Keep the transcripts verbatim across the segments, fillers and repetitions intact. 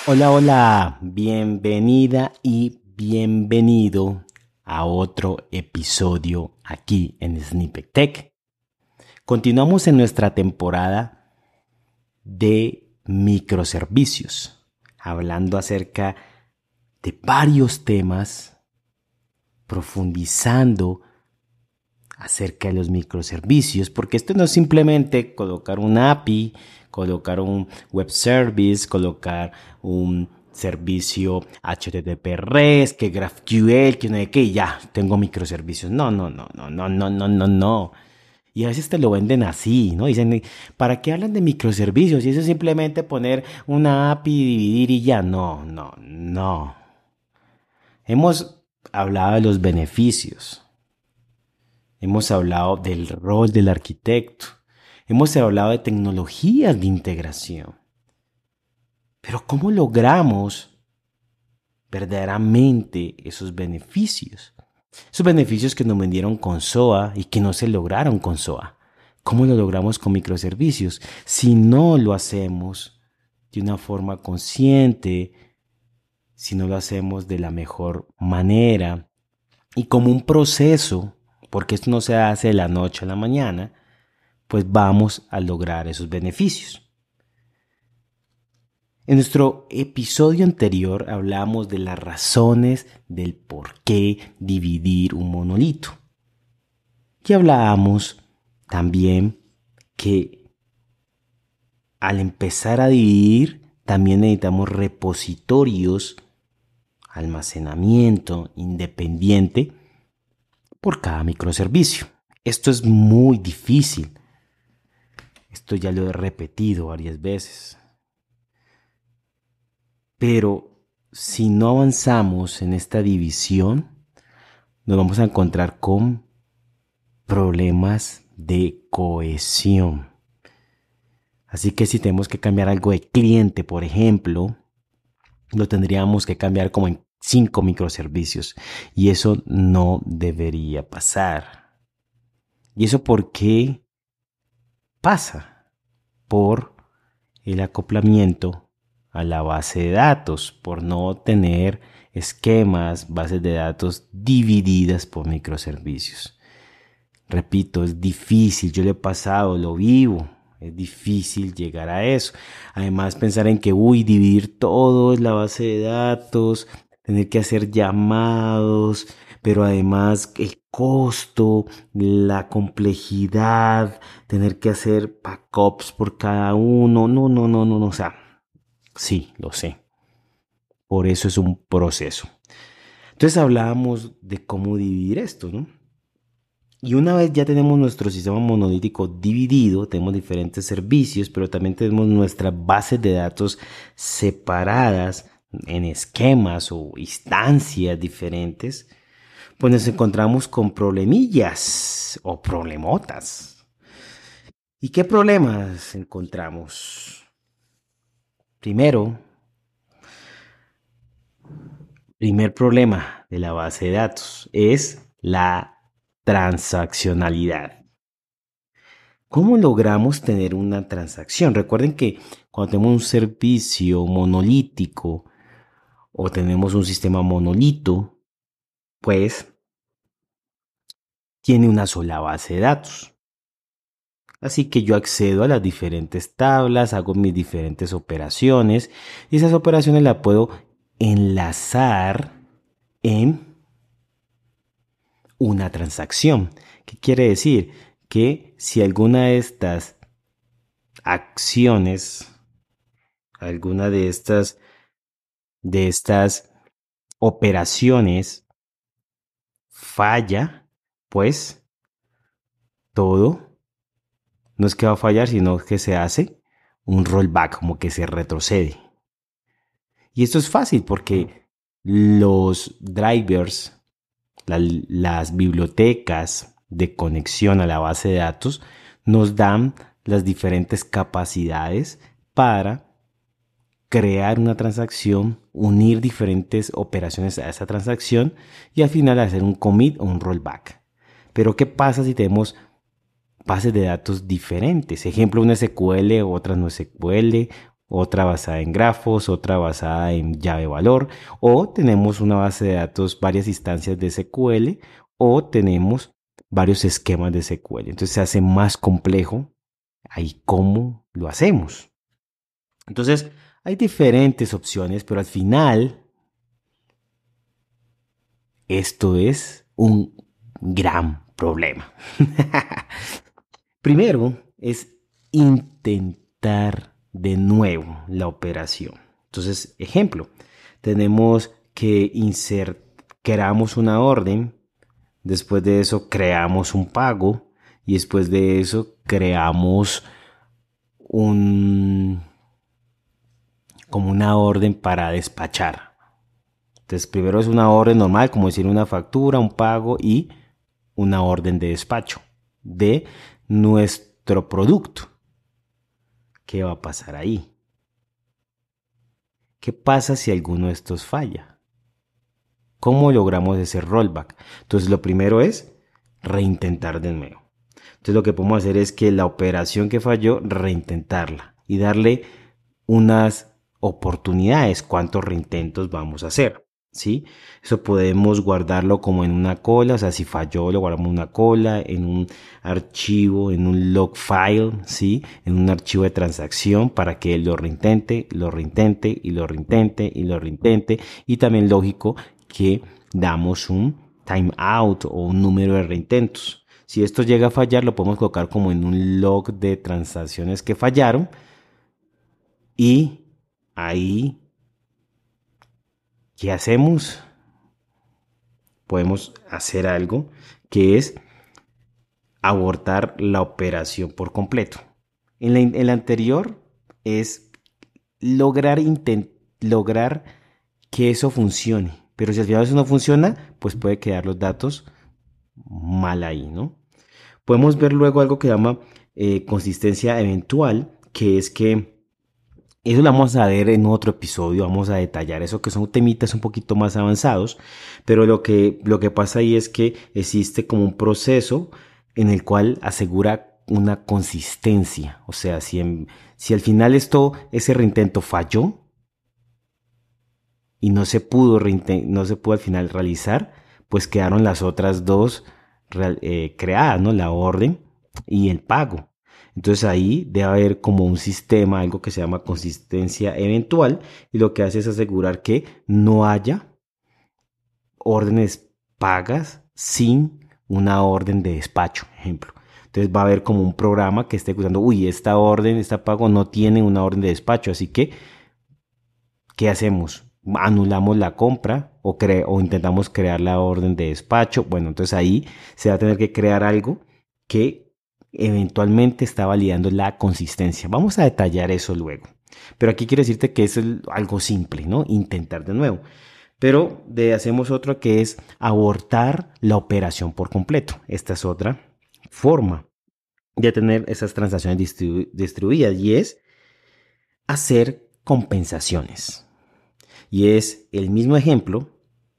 Hola, hola, bienvenida y bienvenido a otro episodio aquí en Snippet Tech. Continuamos en nuestra temporada de microservicios, hablando acerca de varios temas, profundizando acerca de los microservicios, porque esto no es simplemente colocar un A P I, colocar un web service, colocar un servicio H T T P REST, que GraphQL, que no sé qué, ya tengo microservicios. No, no, no, no, no, no, no, no, no. Y a veces te lo venden así, ¿no? Dicen, ¿para qué hablan de microservicios? Y eso es simplemente poner una A P I, dividir y ya. No, no, no. Hemos hablado de los beneficios. Hemos hablado del rol del arquitecto. Hemos hablado de tecnologías de integración. Pero ¿cómo logramos verdaderamente esos beneficios? Esos beneficios que nos vendieron con S O A y que no se lograron con S O A. ¿Cómo lo logramos con microservicios? Si no lo hacemos de una forma consciente, si no lo hacemos de la mejor manera y como un proceso, porque esto no se hace de la noche a la mañana, pues vamos a lograr esos beneficios. En nuestro episodio anterior hablamos de las razones del por qué dividir un monolito. Y hablábamos también que al empezar a dividir también necesitamos repositorios, almacenamiento independiente por cada microservicio. Esto es muy difícil. Esto ya lo he repetido varias veces. Pero si no avanzamos en esta división, nos vamos a encontrar con problemas de cohesión. Así que si tenemos que cambiar algo de cliente, por ejemplo, lo tendríamos que cambiar como en cinco microservicios. Y eso no debería pasar. ¿Y eso por qué pasa? Por el acoplamiento a la base de datos, por no tener esquemas, bases de datos divididas por microservicios. Repito, es difícil, yo lo he pasado, lo vivo, es difícil llegar a eso. Además, pensar en que, uy, dividir todo en la base de datos, tener que hacer llamados, pero además el costo, la complejidad, tener que hacer backups por cada uno, no, no, no, no, no, o sea, sí, lo sé. Por eso es un proceso. Entonces hablábamos de cómo dividir esto, ¿no? Y una vez ya tenemos nuestro sistema monolítico dividido, tenemos diferentes servicios, pero también tenemos nuestras bases de datos separadas en esquemas o instancias diferentes, pues nos encontramos con problemillas o problemotas. ¿Y qué problemas encontramos? Primero, primer problema de la base de datos es la transaccionalidad. ¿Cómo logramos tener una transacción? Recuerden que cuando tenemos un servicio monolítico o tenemos un sistema monolito, pues tiene una sola base de datos. Así que yo accedo a las diferentes tablas, hago mis diferentes operaciones y esas operaciones las puedo enlazar en una transacción. ¿Qué quiere decir? Que si alguna de estas acciones, alguna de estas, de estas operaciones falla, pues todo no es que va a fallar, sino que se hace un rollback, como que se retrocede. Y esto es fácil porque los drivers, la, las bibliotecas de conexión a la base de datos nos dan las diferentes capacidades para crear una transacción, unir diferentes operaciones a esa transacción y al final hacer un commit o un rollback. Pero ¿qué pasa si tenemos bases de datos diferentes? Ejemplo, una S Q L, otra no S Q L, otra basada en grafos, otra basada en llave valor, o tenemos una base de datos, varias instancias de S Q L, o tenemos varios esquemas de S Q L. Entonces se hace más complejo ahí cómo lo hacemos. Entonces hay diferentes opciones, pero al final esto es un gran problema. Primero es intentar de nuevo la operación. Entonces, ejemplo, tenemos que insert, creamos una orden, después de eso creamos un pago y después de eso creamos un como una orden para despachar. Entonces, primero es una orden normal, como decir una factura, un pago y una orden de despacho de nuestro producto. ¿Qué va a pasar ahí? ¿Qué pasa si alguno de estos falla? ¿Cómo logramos ese rollback? Entonces, lo primero es reintentar de nuevo. Entonces, lo que podemos hacer es que la operación que falló, reintentarla y darle unas oportunidades, cuántos reintentos vamos a hacer. ¿Sí? Eso podemos guardarlo como en una cola, o sea, si falló lo guardamos en una cola, en un archivo, en un log file, ¿sí? En un archivo de transacción para que él lo reintente, lo reintente y lo reintente y lo reintente. Y también lógico que damos un timeout o un número de reintentos. Si esto llega a fallar, lo podemos colocar como en un log de transacciones que fallaron y ahí ¿qué hacemos? Podemos hacer algo que es abortar la operación por completo. En la, en la anterior es lograr, intent, lograr que eso funcione. Pero si al final eso no funciona, pues puede quedar los datos mal ahí, ¿no? Podemos ver luego algo que se llama eh, consistencia eventual, que es que eso lo vamos a ver en otro episodio, vamos a detallar eso, que son temitas un poquito más avanzados, pero lo que, lo que pasa ahí es que existe como un proceso en el cual asegura una consistencia. O sea, si, en, si al final esto, ese reintento falló y no se pudo, no se pudo al final realizar, pues quedaron las otras dos eh, creadas, ¿no? La orden y el pago. Entonces ahí debe haber como un sistema, algo que se llama consistencia eventual, y lo que hace es asegurar que no haya órdenes pagas sin una orden de despacho, ejemplo. Entonces va a haber como un programa que esté usando, uy, esta orden, esta pago no tiene una orden de despacho, así que, ¿qué hacemos? Anulamos la compra o, cre o intentamos crear la orden de despacho. Bueno, entonces ahí se va a tener que crear algo que eventualmente está validando la consistencia. Vamos a detallar eso luego. Pero aquí quiero decirte que es algo simple, ¿no? Intentar de nuevo. Pero de, hacemos otro que es abortar la operación por completo. Esta es otra forma de tener esas transacciones distribu distribuidas y es hacer compensaciones. Y es el mismo ejemplo,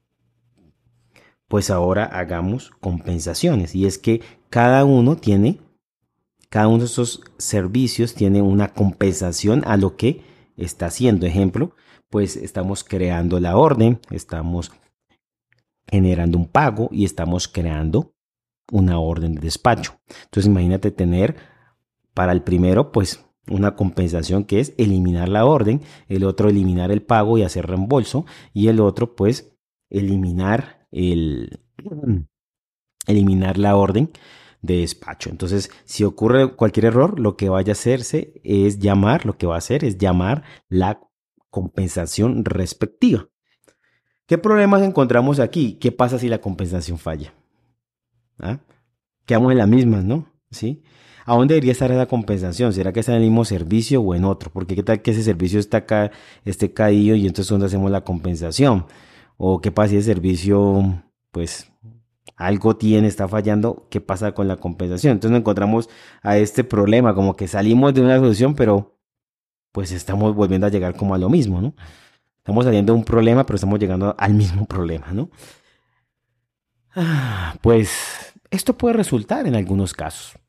pues ahora hagamos compensaciones. Y es que cada uno tiene Cada uno de estos servicios tiene una compensación a lo que está haciendo. Ejemplo, pues estamos creando la orden, estamos generando un pago y estamos creando una orden de despacho. Entonces imagínate tener para el primero, pues una compensación que es eliminar la orden, el otro eliminar el pago y hacer reembolso y el otro pues eliminar el eliminar la orden de despacho. Entonces, si ocurre cualquier error, lo que vaya a hacerse es llamar, lo que va a hacer es llamar la compensación respectiva. ¿Qué problemas encontramos aquí? ¿Qué pasa si la compensación falla? ¿Ah? Quedamos en la misma, ¿no? ¿Sí? ¿A dónde debería estar esa compensación? ¿Será que está en el mismo servicio o en otro? Porque qué tal que ese servicio está acá, esté caído y entonces ¿dónde hacemos la compensación? ¿O qué pasa si el servicio, pues, algo tiene, está fallando, qué pasa con la compensación? Entonces nos encontramos a este problema, como que salimos de una solución, pero pues estamos volviendo a llegar como a lo mismo, ¿no? Estamos saliendo de un problema, pero estamos llegando al mismo problema, ¿no? Ah, pues esto puede resultar en algunos casos.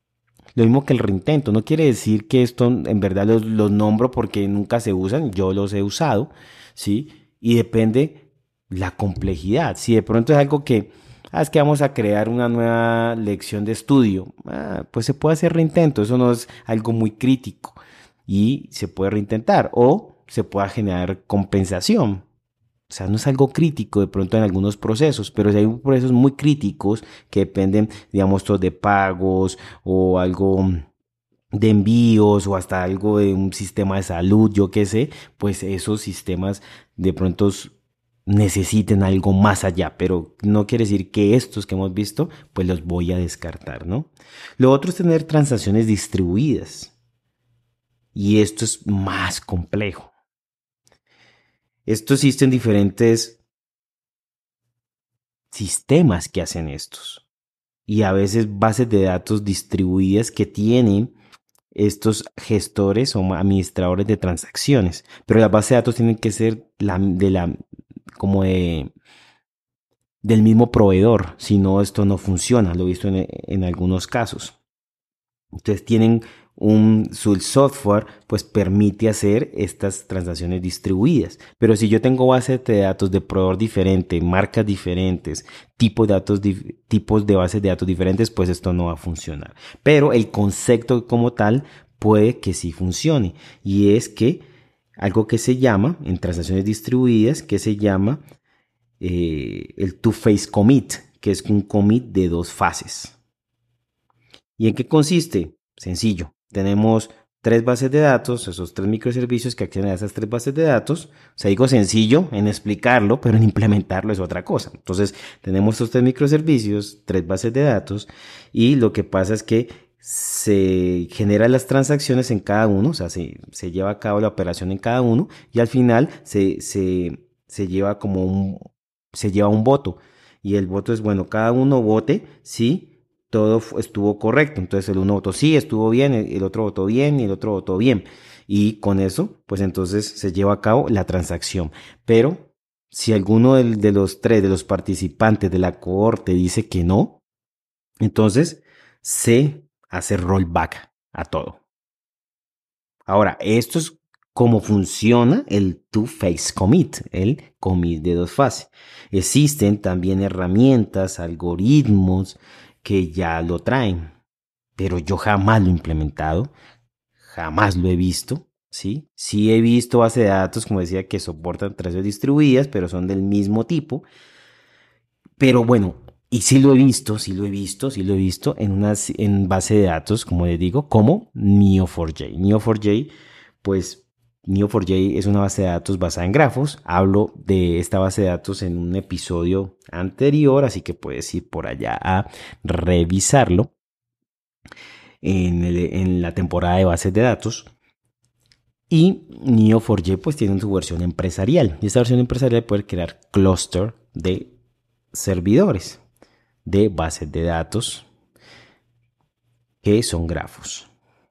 Lo mismo que el reintento. No quiere decir que esto en verdad los, los nombro porque nunca se usan. Yo los he usado, ¿sí? Y depende la complejidad. Si de pronto es algo que, ah, es que vamos a crear una nueva lección de estudio, ah, pues se puede hacer reintento. Eso no es algo muy crítico y se puede reintentar o se puede generar compensación. O sea, no es algo crítico de pronto en algunos procesos, pero si hay procesos muy críticos que dependen, digamos, todos de pagos o algo de envíos o hasta algo de un sistema de salud, yo qué sé, pues esos sistemas de pronto necesiten algo más allá, pero no quiere decir que estos que hemos visto, pues los voy a descartar, ¿no? Lo otro es tener transacciones distribuidas y esto es más complejo. Esto existen diferentes sistemas que hacen estos y a veces bases de datos distribuidas que tienen estos gestores o administradores de transacciones, pero las bases de datos tienen que ser la, de la, como de, del mismo proveedor, si no esto no funciona, lo he visto en, en algunos casos. Entonces tienen un, su software pues permite hacer estas transacciones distribuidas. Pero si yo tengo bases de datos de proveedor diferente, marcas diferentes, tipos de datos, tipos de bases de datos diferentes, pues esto no va a funcionar. Pero el concepto como tal puede que sí funcione. Y es que algo que se llama, en transacciones distribuidas, que se llama eh, el two-phase commit, que es un commit de dos fases. ¿Y en qué consiste? Sencillo. Tenemos tres bases de datos, esos tres microservicios que acceden a esas tres bases de datos. O sea, digo sencillo en explicarlo, pero en implementarlo es otra cosa. Entonces, tenemos estos tres microservicios, tres bases de datos, y lo que pasa es que se generan las transacciones en cada uno, o sea, se, se lleva a cabo la operación en cada uno, y al final se, se, se lleva como un, se lleva un voto. Y el voto es, bueno, cada uno vote si todo estuvo correcto. Entonces el uno votó sí, estuvo bien, el otro votó bien y el otro votó bien. Y con eso, pues entonces se lleva a cabo la transacción. Pero si alguno de, de los tres, de los participantes de la cohorte dice que no, entonces se hace rollback a todo. Ahora, esto es cómo funciona el two-phase commit, el commit de dos fases. Existen también herramientas, algoritmos que ya lo traen, pero yo jamás lo he implementado, jamás lo he visto, ¿sí? Sí he visto bases de datos, como decía, que soportan transacciones distribuidas, pero son del mismo tipo. Pero bueno, y sí lo he visto, sí lo he visto, sí lo he visto en una en base de datos, como les digo, como Neo cuatro j. Neo cuatro j, pues Neo cuatro j es una base de datos basada en grafos. Hablo de esta base de datos en un episodio anterior, así que puedes ir por allá a revisarlo en, el, en la temporada de bases de datos. Y Neo cuatro j pues tiene su versión empresarial. Y esta versión empresarial puede crear clúster de servidores de bases de datos que son grafos.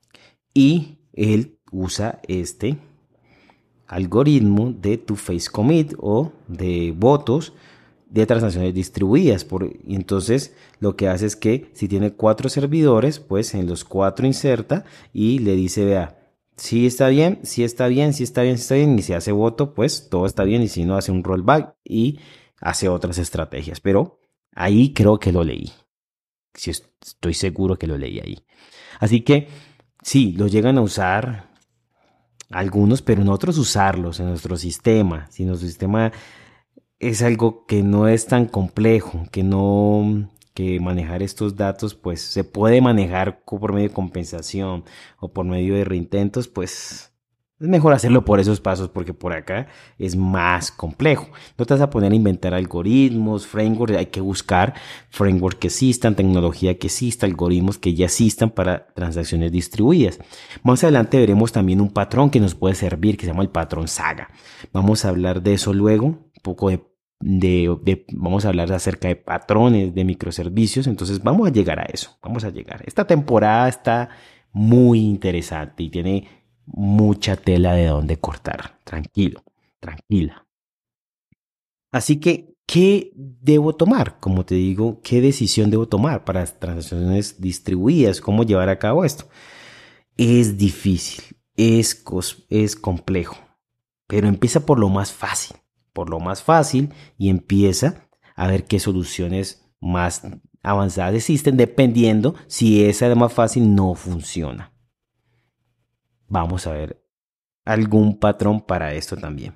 Y él usa este algoritmo de two-phase commit o de votos de transacciones distribuidas. Por, y entonces lo que hace es que si tiene cuatro servidores, pues en los cuatro inserta y le dice, vea, si está bien, si está bien, si está bien, si está bien, y si hace voto, pues todo está bien, y si no, hace un rollback y hace otras estrategias. Pero ahí creo que lo leí. Sí, estoy seguro que lo leí ahí. Así que sí, lo llegan a usar algunos, pero nosotros usarlos en nuestro sistema, si nuestro sistema es algo que no es tan complejo, que no, que manejar estos datos, pues se puede manejar por medio de compensación o por medio de reintentos, pues es mejor hacerlo por esos pasos porque por acá es más complejo. No te vas a poner a inventar algoritmos, frameworks, hay que buscar frameworks que existan, tecnología que exista, algoritmos que ya existan para transacciones distribuidas. Más adelante veremos también un patrón que nos puede servir, que se llama el patrón Saga. Vamos a hablar de eso luego, un poco de De, de, vamos a hablar acerca de patrones de microservicios, entonces vamos a llegar a eso, vamos a llegar. Esta temporada está muy interesante y tiene mucha tela de donde cortar, tranquilo, tranquila. Así que, ¿qué debo tomar? Como te digo, ¿qué decisión debo tomar para las transacciones distribuidas? ¿Cómo llevar a cabo esto? Es difícil, es, cos- es complejo, pero empieza por lo más fácil, por lo más fácil y empieza a ver qué soluciones más avanzadas existen dependiendo si esa de más fácil no funciona. Vamos a ver algún patrón para esto también.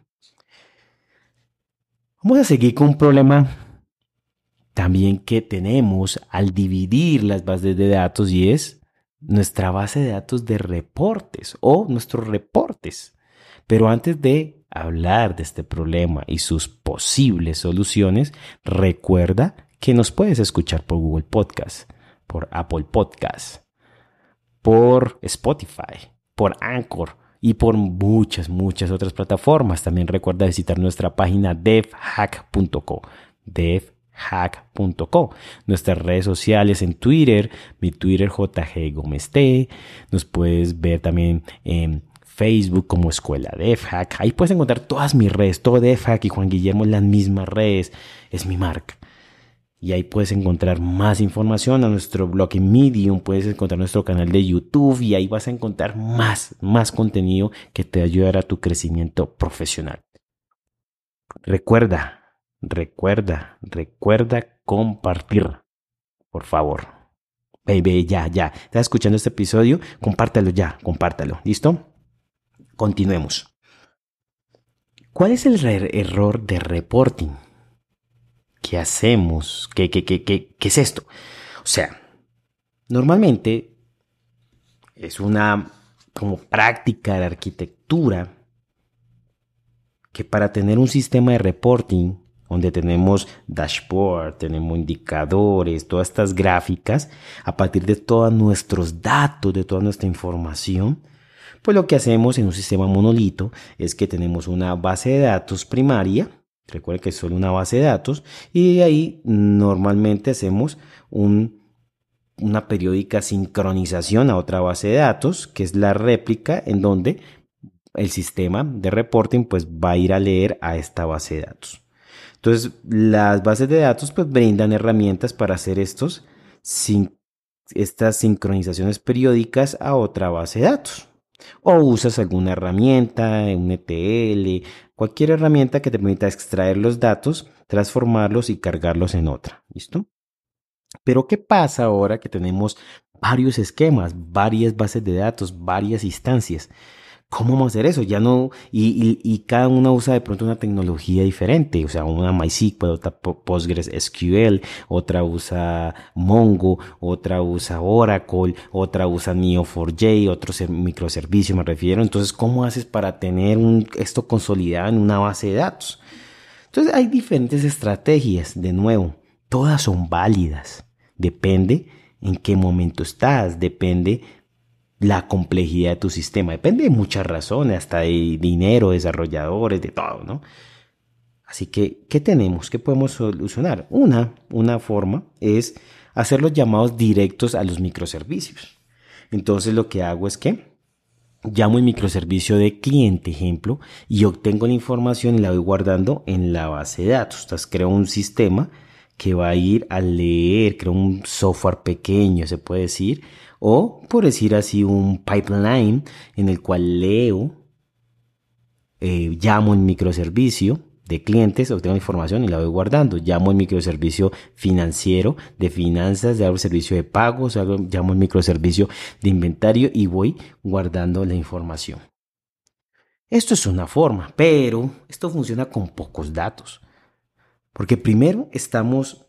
Vamos a seguir con un problema también que tenemos al dividir las bases de datos y es nuestra base de datos de reportes o nuestros reportes. Pero antes de hablar de este problema y sus posibles soluciones, recuerda que nos puedes escuchar por Google Podcast, por Apple Podcast, por Spotify, por Anchor y por muchas, muchas otras plataformas. También recuerda visitar nuestra página devhack punto co, devhack punto co. Nuestras redes sociales en Twitter, mi Twitter J G Gómez T. Nos puedes ver también en Facebook como Escuela DevHack. Ahí puedes encontrar todas mis redes, todo DevHack y Juan Guillermo en las mismas redes. Es mi marca. Y ahí puedes encontrar más información a nuestro blog en Medium, puedes encontrar nuestro canal de YouTube y ahí vas a encontrar más, más contenido que te ayudará a tu crecimiento profesional. Recuerda, recuerda, recuerda compartir, por favor. Baby, ya, ya. ¿Estás escuchando este episodio? Compártelo ya, compártalo. ¿Listo? Continuemos. ¿Cuál es el re- error de reporting? ¿Qué hacemos? ¿Qué, qué, qué, qué, qué es esto? O sea, normalmente es una como práctica de arquitectura que para tener un sistema de reporting donde tenemos dashboard, tenemos indicadores, todas estas gráficas, a partir de todos nuestros datos, de toda nuestra información, pues lo que hacemos en un sistema monolito es que tenemos una base de datos primaria. Recuerden que es solo una base de datos y de ahí normalmente hacemos un, una periódica sincronización a otra base de datos, que es la réplica en donde el sistema de reporting pues va a ir a leer a esta base de datos. Entonces las bases de datos pues brindan herramientas para hacer estos, sin, estas sincronizaciones periódicas a otra base de datos. O usas alguna herramienta, un E T L, cualquier herramienta que te permita extraer los datos, transformarlos y cargarlos en otra. ¿Listo? Pero ¿qué pasa ahora que tenemos varios esquemas, varias bases de datos, varias instancias? ¿Cómo vamos a hacer eso? Ya no, y, y, y cada una usa de pronto una tecnología diferente, o sea, una MySQL, otra PostgreSQL, otra usa Mongo, otra usa Oracle, otra usa Neo cuatro j, otro microservicio me refiero. Entonces, ¿cómo haces para tener un, esto consolidado en una base de datos? Entonces, hay diferentes estrategias, de nuevo, todas son válidas, depende en qué momento estás, depende la complejidad de tu sistema. Depende de muchas razones, hasta de dinero, desarrolladores, de todo, ¿no? Así que, ¿qué tenemos? ¿Qué podemos solucionar? Una, una forma es hacer los llamados directos a los microservicios. Entonces, lo que hago es que llamo el microservicio de cliente, ejemplo, y obtengo la información y la voy guardando en la base de datos. Entonces, creo un sistema que va a ir a leer, creo un software pequeño, se puede decir, o por decir así un pipeline en el cual leo, eh, llamo el microservicio de clientes, obtengo información y la voy guardando. Llamo el microservicio financiero de finanzas, llamo el servicio de pagos, llamo el microservicio de inventario y voy guardando la información. Esto es una forma, pero esto funciona con pocos datos. Porque primero estamos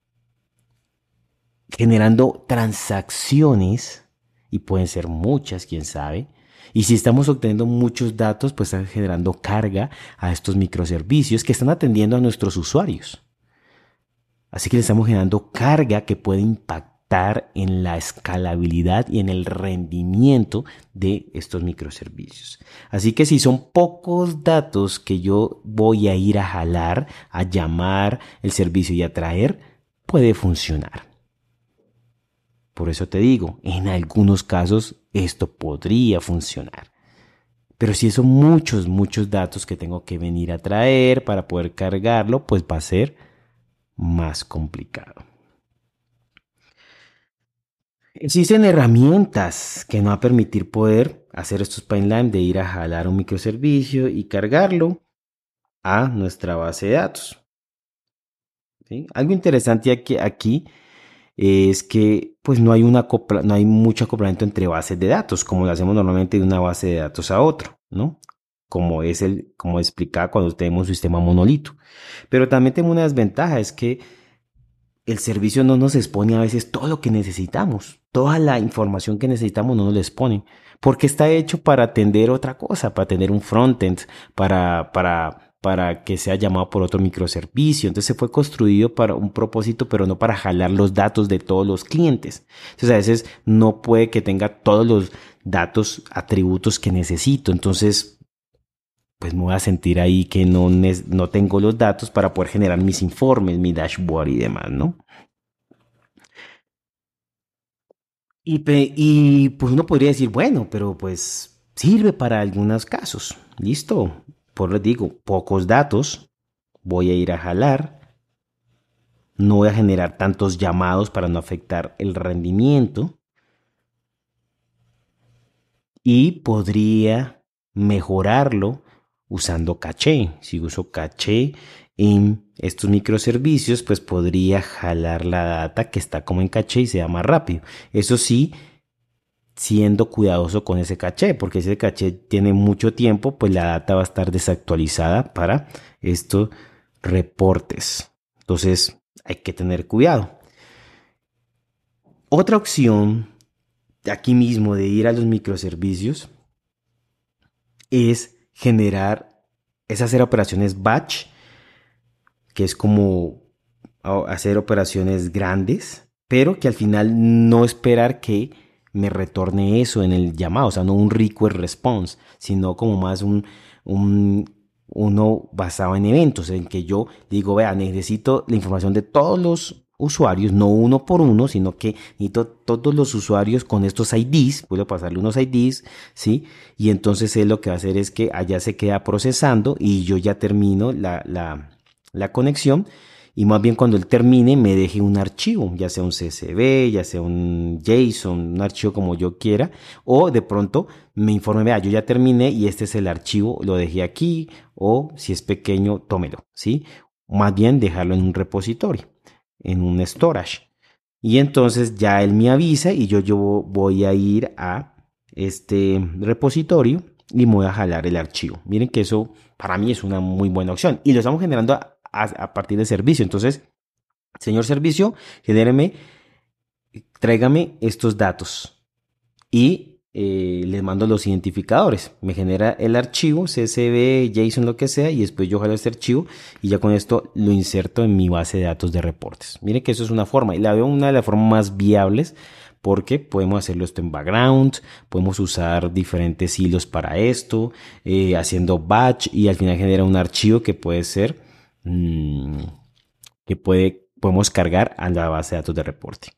generando transacciones, y pueden ser muchas, quién sabe. Y si estamos obteniendo muchos datos, pues están generando carga a estos microservicios que están atendiendo a nuestros usuarios. Así que le estamos generando carga que puede impactar en la escalabilidad y en el rendimiento de estos microservicios. Así que si son pocos datos que yo voy a ir a jalar, a llamar el servicio y a traer, puede funcionar. Por eso te digo, en algunos casos esto podría funcionar. Pero si son muchos, muchos datos que tengo que venir a traer para poder cargarlo, pues va a ser más complicado. Existen herramientas que nos van a permitir poder hacer estos pipelines de ir a jalar un microservicio y cargarlo a nuestra base de datos. ¿Sí? Algo interesante aquí, aquí es que pues no hay, una acopla, no hay mucho acoplamiento entre bases de datos, como lo hacemos normalmente de una base de datos a otra, ¿no? Como es el, como explicaba cuando tenemos un sistema monolito. Pero también tengo una desventaja, es que el servicio no nos expone a veces todo lo que necesitamos. Toda la información que necesitamos no nos la expone. Porque está hecho para atender otra cosa, para tener un frontend, para, para, para que sea llamado por otro microservicio. Entonces fue construido para un propósito, pero no para jalar los datos de todos los clientes. Entonces a veces no puede que tenga todos los datos, atributos que necesito. Entonces pues me voy a sentir ahí que no, no tengo los datos para poder generar mis informes, mi dashboard y demás, ¿no? Y, y pues uno podría decir, bueno, pero pues sirve para algunos casos. Listo. Por les digo, pocos datos. Voy a ir a jalar. No voy a generar tantos llamados para no afectar el rendimiento. Y podría mejorarlo usando caché. Si uso caché en estos microservicios, pues podría jalar la data que está como en caché y sea más rápido. Eso sí, siendo cuidadoso con ese caché, porque si ese caché tiene mucho tiempo, pues la data va a estar desactualizada para estos reportes. Entonces hay que tener cuidado. Otra opción aquí mismo de ir a los microservicios es generar, es hacer operaciones batch, que es como hacer operaciones grandes, pero que al final no esperar que me retorne eso en el llamado, o sea, no un request response, sino como más un, un uno basado en eventos, en que yo digo, vea, necesito la información de todos los usuarios, no uno por uno, sino que necesito todos los usuarios con estos I Ds, puedo pasarle unos I Ds, ¿sí? Y entonces él lo que va a hacer es que allá se queda procesando y yo ya termino la, la, la conexión. Y más bien cuando él termine me deje un archivo, ya sea un C S V, ya sea un JSON, un archivo como yo quiera, o de pronto me informe, vea, yo ya terminé y este es el archivo, lo dejé aquí, o si es pequeño, tómelo, ¿sí? Más bien dejarlo en un repositorio, en un storage. Y entonces ya él me avisa y yo, yo voy a ir a este repositorio y me voy a jalar el archivo. Miren que eso para mí es una muy buena opción. Y lo estamos generando a, a, a partir de servicio. Entonces, señor servicio, genéreme, tráigame estos datos. Y eh, les mando los identificadores. Me genera el archivo, C S V, JSON, lo que sea, y después yo jalo este archivo y ya con esto lo inserto en mi base de datos de reportes. Miren que eso es una forma, y la veo una de las formas más viables porque podemos hacerlo esto en background, podemos usar diferentes hilos para esto, eh, haciendo batch y al final genera un archivo que puede ser, mmm, que puede, podemos cargar a la base de datos de reporte.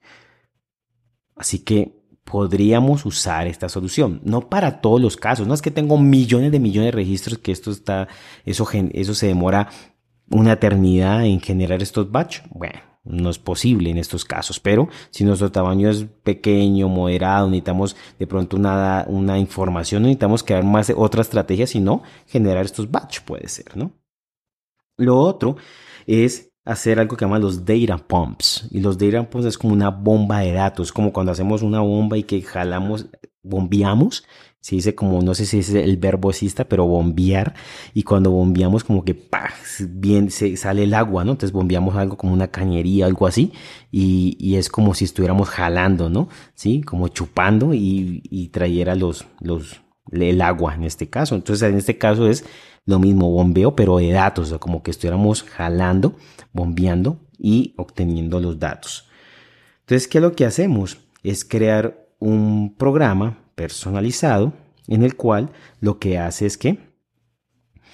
Así que podríamos usar esta solución, no para todos los casos, no es que tengo millones de millones de registros que esto está, eso, eso se demora una eternidad en generar estos batch. Bueno, no es posible en estos casos, pero si nuestro tamaño es pequeño, moderado, necesitamos de pronto una, una información, necesitamos crear más otra estrategia, sino generar estos batch puede ser, ¿no? Lo otro es hacer algo que llaman los data pumps. Y los data pumps es como una bomba de datos, como cuando hacemos una bomba y que jalamos, bombeamos. Se dice como, no sé si es el verbo exista, pero bombear. Y cuando bombeamos como que ¡pah! Bien se sale el agua, ¿no? Entonces bombeamos algo como una cañería, algo así. Y, y es como si estuviéramos jalando, ¿no? Sí, como chupando y, y trayera los, los, el agua en este caso. Entonces en este caso es lo mismo, bombeo, pero de datos, o sea, como que estuviéramos jalando, bombeando y obteniendo los datos. Entonces, ¿qué es lo que hacemos? Es crear un programa personalizado en el cual lo que hace es que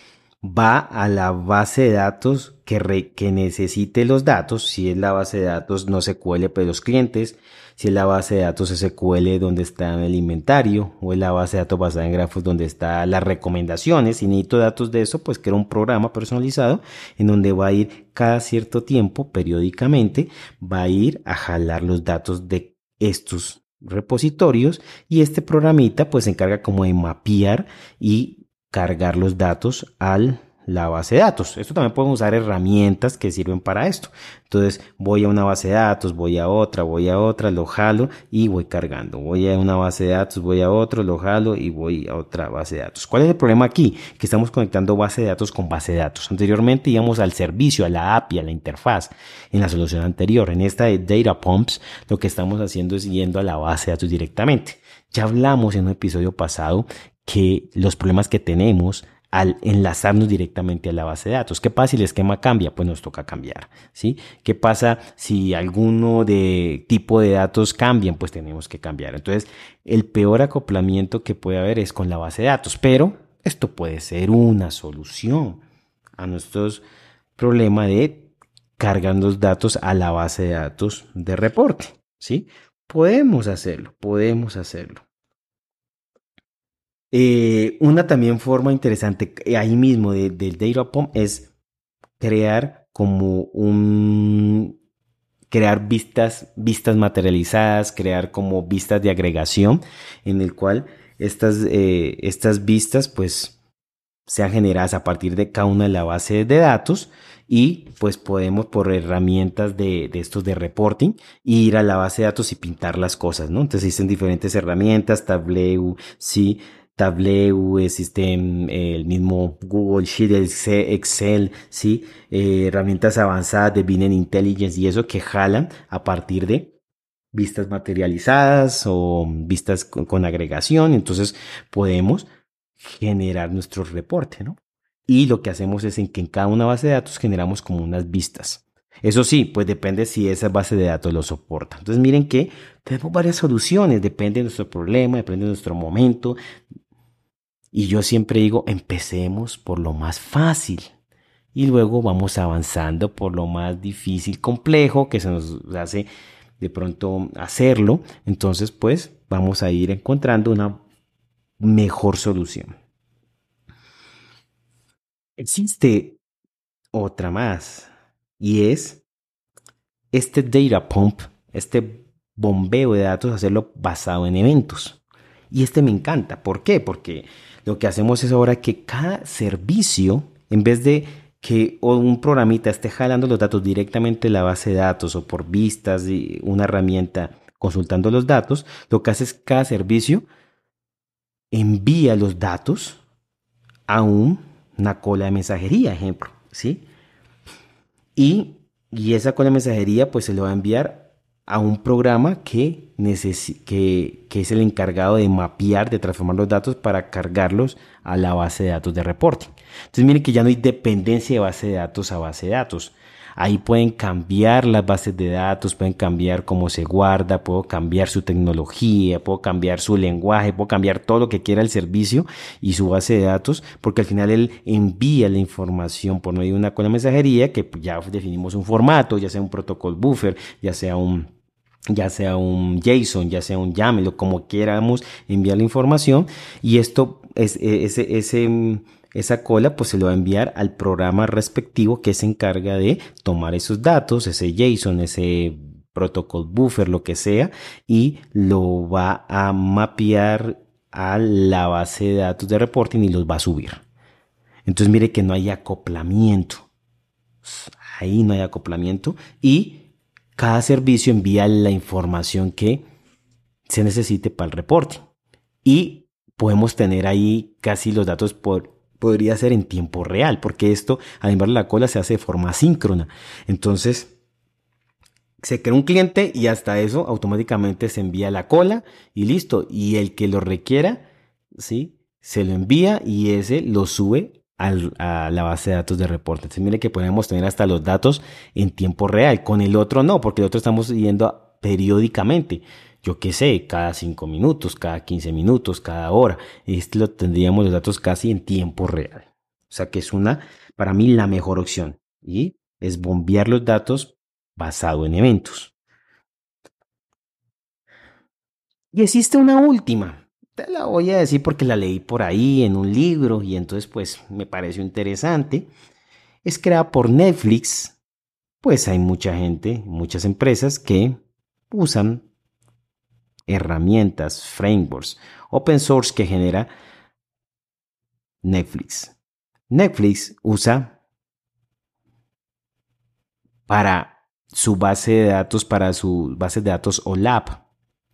va a la base de datos que, re, que necesite los datos, si es la base de datos no S Q L de los clientes, si es la base de datos S Q L donde está el inventario, o es la base de datos basada en grafos donde están las recomendaciones. Si necesito datos de eso, pues creo un programa personalizado en donde va a ir cada cierto tiempo, periódicamente, va a ir a jalar los datos de estos repositorios, y este programita pues se encarga como de mapear y cargar los datos a la base de datos. Esto también podemos usar herramientas que sirven para esto. Entonces voy a una base de datos, voy a otra, voy a otra, lo jalo y voy cargando. Voy a una base de datos, voy a otro, lo jalo y voy a otra base de datos. ¿Cuál es el problema aquí? Que estamos conectando base de datos con base de datos. Anteriormente íbamos al servicio, a la A P I, a la interfaz. En la solución anterior, en esta de Data Pumps, lo que estamos haciendo es yendo a la base de datos directamente. Ya hablamos en un episodio pasado que los problemas que tenemos al enlazarnos directamente a la base de datos. ¿Qué pasa si el esquema cambia? Pues nos toca cambiar, ¿sí? ¿Qué pasa si alguno de tipo de datos cambian? Pues tenemos que cambiar. Entonces, el peor acoplamiento que puede haber es con la base de datos, pero esto puede ser una solución a nuestros problemas de cargar los datos a la base de datos de reporte, ¿sí? Podemos hacerlo, podemos hacerlo. Eh, una también forma interesante ahí mismo de, del Data Pump es crear como un crear vistas vistas materializadas, crear como vistas de agregación en el cual estas eh, estas vistas pues sean generadas a partir de cada una de la base de datos, y pues podemos por herramientas de, de estos de reporting ir a la base de datos y pintar las cosas, ¿no? Entonces existen diferentes herramientas, Tableau, sí, Tableau, existe el mismo Google Sheet, Excel, sí, eh, herramientas avanzadas de Business Intelligence y eso que jalan a partir de vistas materializadas o vistas con, con agregación. Entonces podemos generar nuestro reporte, ¿no? Y lo que hacemos es en que en cada una base de datos generamos como unas vistas. Eso sí, pues depende si esa base de datos lo soporta. Entonces miren que tenemos varias soluciones, depende de nuestro problema, depende de nuestro momento. Y yo siempre digo, empecemos por lo más fácil y luego vamos avanzando por lo más difícil, complejo, que se nos hace de pronto hacerlo. Entonces, pues vamos a ir encontrando una mejor solución. Existe otra más y es este data pump, este bombeo de datos, hacerlo basado en eventos. Y este me encanta. ¿Por qué? Porque lo que hacemos es ahora que cada servicio, en vez de que un programita esté jalando los datos directamente de la base de datos o por vistas y una herramienta consultando los datos, lo que hace es cada servicio envía los datos a un, una cola de mensajería, ejemplo, ¿sí? Y, y esa cola de mensajería pues se lo va a enviar a un programa que, que, que es el encargado de mapear, de transformar los datos para cargarlos a la base de datos de reporting. Entonces miren que ya no hay dependencia de base de datos a base de datos. Ahí pueden cambiar las bases de datos, pueden cambiar cómo se guarda, puedo cambiar su tecnología, puedo cambiar su lenguaje, puedo cambiar todo lo que quiera el servicio y su base de datos, porque al final él envía la información por medio de una cola de mensajería que ya definimos un formato, ya sea un protocol buffer, ya sea un ya sea un JSON, ya sea un YAML o como queramos enviar la información, y esto es ese ese esa cola pues se lo va a enviar al programa respectivo que se encarga de tomar esos datos, ese JSON, ese protocol buffer, lo que sea, y lo va a mapear a la base de datos de reporting y los va a subir. Entonces mire que no hay acoplamiento. Ahí no hay acoplamiento y cada servicio envía la información que se necesite para el reporting. Y podemos tener ahí casi los datos por podría ser en tiempo real, porque esto, al enviar la cola, se hace de forma asíncrona. Entonces, se crea un cliente y hasta eso automáticamente se envía la cola y listo. Y el que lo requiera, ¿sí? Se lo envía y ese lo sube al, a la base de datos de reporte. Entonces, mire que podemos tener hasta los datos en tiempo real. Con el otro no, porque el otro estamos yendo periódicamente. Yo qué sé, cada cinco minutos, cada quince minutos, cada hora. Este lo tendríamos los datos casi en tiempo real, sea que es una, para mí, la mejor opción. Y es bombear los datos basado en eventos. Y existe una última. Te la voy a decir porque la leí por ahí en un libro y entonces pues me pareció interesante. Es creada por Netflix. Pues hay mucha gente, muchas empresas que usan herramientas, frameworks, open source que genera Netflix. Netflix usa para su base de datos, para su base de datos OLAP,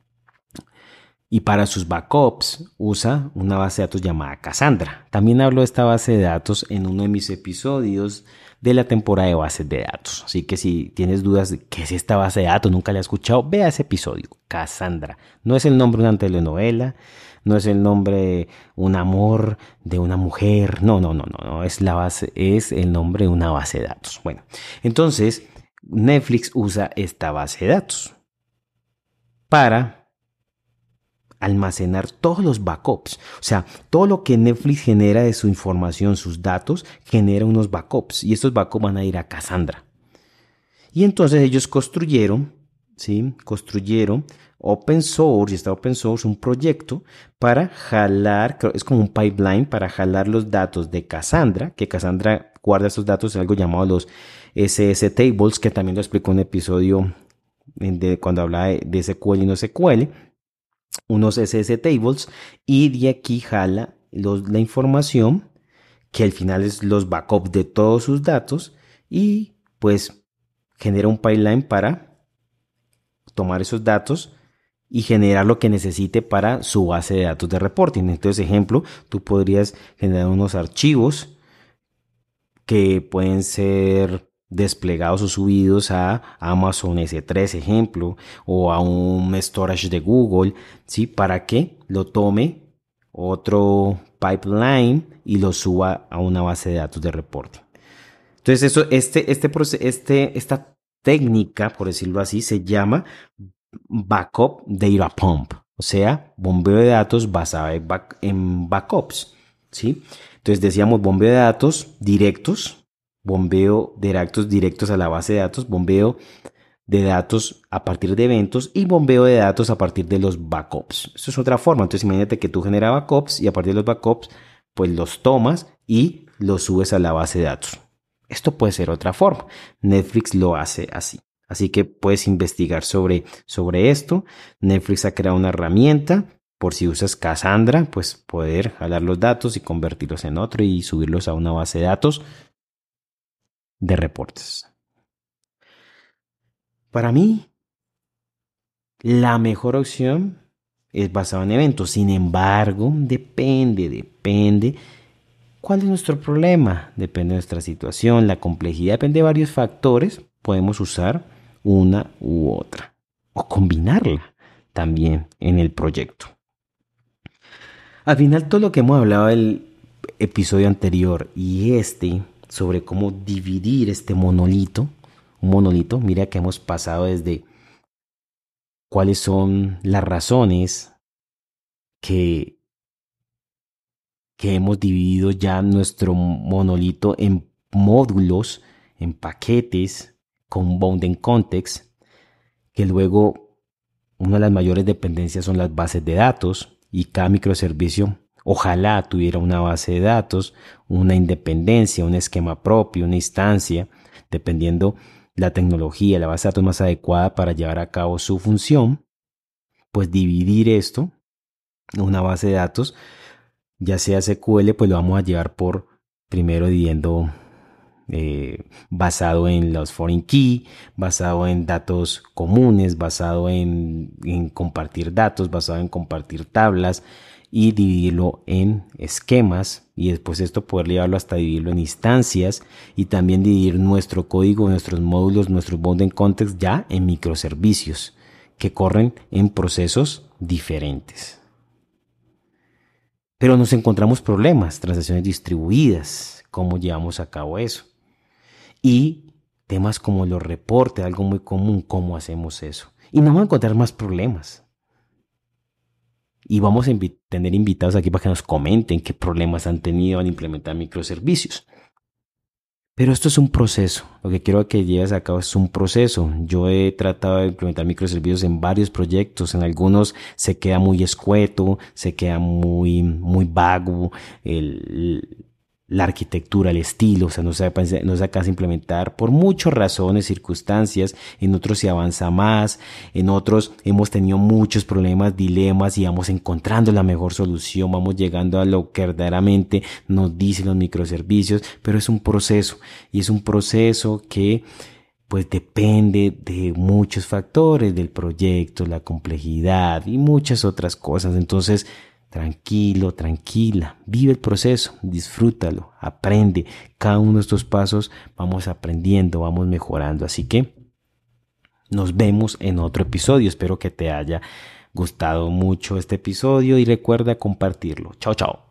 y para sus backups usa una base de datos llamada Cassandra. También hablo de esta base de datos en uno de mis episodios de la temporada de bases de datos. Así que si tienes dudas de qué es esta base de datos, nunca la has escuchado, vea ese episodio, Cassandra. No es el nombre de una telenovela, no es el nombre de un amor de una mujer, no, no, no, no, no, es la base, es el nombre de una base de datos. Bueno, entonces Netflix usa esta base de datos para almacenar todos los backups. O sea, todo lo que Netflix genera de su información, sus datos, genera unos backups. Y estos backups van a ir a Cassandra. Y entonces ellos construyeron, ¿sí? Construyeron open source, y está open source, un proyecto para jalar, es como un pipeline para jalar los datos de Cassandra, que Cassandra guarda estos datos en algo llamado los S S Tables, que también lo explico en un episodio de cuando hablaba de, de S Q L y no S Q L. Unos S S Tables, y de aquí jala los, la información que al final es los backups de todos sus datos y pues genera un pipeline para tomar esos datos y generar lo que necesite para su base de datos de reporting. Entonces, ejemplo, tú podrías generar unos archivos que pueden ser desplegados o subidos a Amazon S tres, ejemplo, o a un storage de Google, ¿sí? Para que lo tome otro pipeline y lo suba a una base de datos de reporting. Entonces, eso, este, este, este, esta técnica, por decirlo así, se llama Backup Data Pump, o sea, bombeo de datos basado en, back, en backups, ¿sí? Entonces decíamos bombeo de datos directos, bombeo de datos directos a la base de datos, bombeo de datos a partir de eventos y bombeo de datos a partir de los backups. Eso es otra forma. Entonces imagínate que tú generas backups y a partir de los backups pues los tomas y los subes a la base de datos. Esto puede ser otra forma. Netflix lo hace así. Así que puedes investigar sobre, sobre esto. Netflix ha creado una herramienta por si usas Cassandra, pues poder jalar los datos y convertirlos en otro y subirlos a una base de datos de reportes. Para mí, la mejor opción es basada en eventos. Sin embargo, depende, depende. ¿Cuál es nuestro problema? Depende de nuestra situación, la complejidad, depende de varios factores. Podemos usar una u otra o combinarla también en el proyecto. Al final, todo lo que hemos hablado del episodio anterior y este sobre cómo dividir este monolito, un monolito, mira que hemos pasado desde cuáles son las razones que, que hemos dividido ya nuestro monolito en módulos, en paquetes, con bounding context, que luego una de las mayores dependencias son las bases de datos y cada microservicio ojalá tuviera una base de datos, una independencia, un esquema propio, una instancia, dependiendo la tecnología, la base de datos más adecuada para llevar a cabo su función, pues dividir esto en una base de datos, ya sea S Q L, pues lo vamos a llevar por primero dividiendo eh, basado en los foreign key, basado en datos comunes, basado en, en compartir datos, basado en compartir tablas y dividirlo en esquemas y después esto poder llevarlo hasta dividirlo en instancias y también dividir nuestro código, nuestros módulos, nuestros bounding context ya en microservicios que corren en procesos diferentes. Pero nos encontramos problemas, transacciones distribuidas, cómo llevamos a cabo eso. Y temas como los reportes, algo muy común, cómo hacemos eso. Y nos vamos a encontrar más problemas. y vamos a invi- tener invitados aquí para que nos comenten qué problemas han tenido al implementar microservicios. Pero esto es un proceso. Lo que quiero que lleves a cabo es un proceso. Yo he tratado de implementar microservicios en varios proyectos. En algunos se queda muy escueto, se queda muy, muy vago. El, la arquitectura, el estilo, o sea, no se, no se alcanza a implementar por muchas razones, circunstancias, en otros se avanza más, en otros hemos tenido muchos problemas, dilemas y vamos encontrando la mejor solución, vamos llegando a lo que verdaderamente nos dicen los microservicios, pero es un proceso y es un proceso que pues depende de muchos factores del proyecto, la complejidad y muchas otras cosas. Entonces, tranquilo, tranquila, vive el proceso, disfrútalo, aprende. Cada uno de estos pasos vamos aprendiendo, vamos mejorando. Así que nos vemos en otro episodio. Espero que te haya gustado mucho este episodio y recuerda compartirlo. Chao, chao.